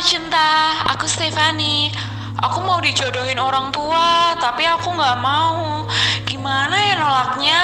Cinta, aku Stefani. Aku mau dijodohin orang tua, tapi aku nggak mau. Gimana ya nolaknya?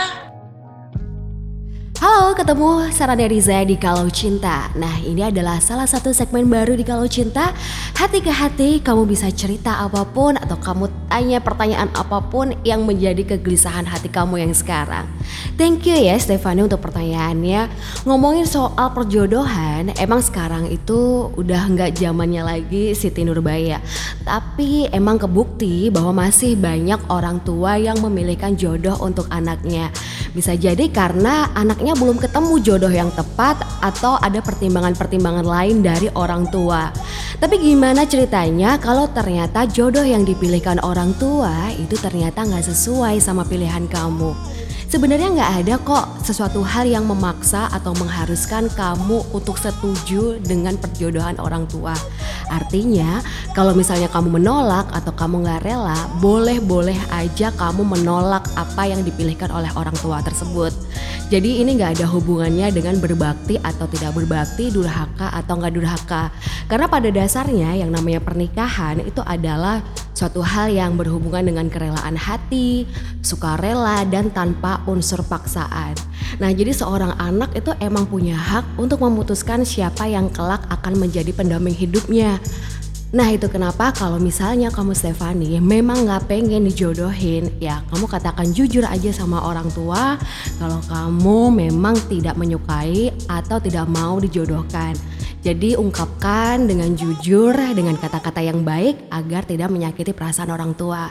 Halo, ketemu Sarah dan Riza di Kalau Cinta. Nah, ini adalah salah satu segmen baru di Kalau Cinta. Hati ke hati, kamu bisa cerita apapun atau kamu tanya pertanyaan apapun yang menjadi kegelisahan hati kamu yang sekarang. Thank you ya Stefani untuk pertanyaannya. Ngomongin soal perjodohan, emang sekarang itu udah nggak zamannya lagi Siti Nurbaya. Tapi emang kebukti bahwa masih banyak orang tua yang memilihkan jodoh untuk anaknya. Bisa jadi karena anaknya belum ketemu jodoh yang tepat atau ada pertimbangan-pertimbangan lain dari orang tua. Tapi gimana ceritanya kalau ternyata jodoh yang dipilihkan orang tua itu ternyata gak sesuai sama pilihan kamu? Sebenarnya nggak ada kok sesuatu hal yang memaksa atau mengharuskan kamu untuk setuju dengan perjodohan orang tua. Artinya kalau misalnya kamu menolak atau kamu nggak rela, boleh-boleh aja kamu menolak apa yang dipilihkan oleh orang tua tersebut. Jadi ini nggak ada hubungannya dengan berbakti atau tidak berbakti, durhaka atau nggak durhaka. Karena pada dasarnya yang namanya pernikahan itu adalah suatu hal yang berhubungan dengan kerelaan hati, sukarela dan tanpa unsur paksaan. Nah, jadi seorang anak itu emang punya hak untuk memutuskan siapa yang kelak akan menjadi pendamping hidupnya. Nah, itu kenapa kalau misalnya kamu Stefani memang gak pengen dijodohin, ya kamu katakan jujur aja sama orang tua kalau kamu memang tidak menyukai atau tidak mau dijodohkan. Jadi ungkapkan dengan jujur, dengan kata-kata yang baik agar tidak menyakiti perasaan orang tua.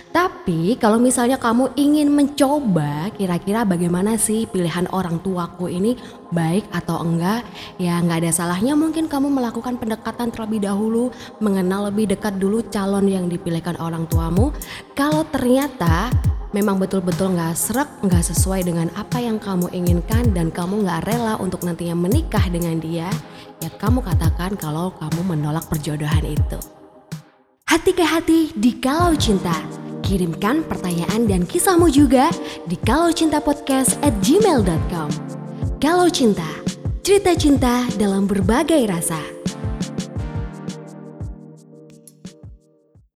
Tapi kalau misalnya kamu ingin mencoba kira-kira bagaimana sih pilihan orang tuaku ini, baik atau enggak, ya nggak ada salahnya mungkin kamu melakukan pendekatan terlebih dahulu, mengenal lebih dekat dulu calon yang dipilihkan orang tuamu. Kalau ternyata memang betul-betul gak srek, gak sesuai dengan apa yang kamu inginkan dan kamu gak rela untuk nantinya menikah dengan dia, ya kamu katakan kalau kamu menolak perjodohan itu. Hati ke hati di Kalau Cinta. Kirimkan pertanyaan dan kisahmu juga di kalaucintapodcast@gmail.com. Kalau Cinta, cerita cinta dalam berbagai rasa.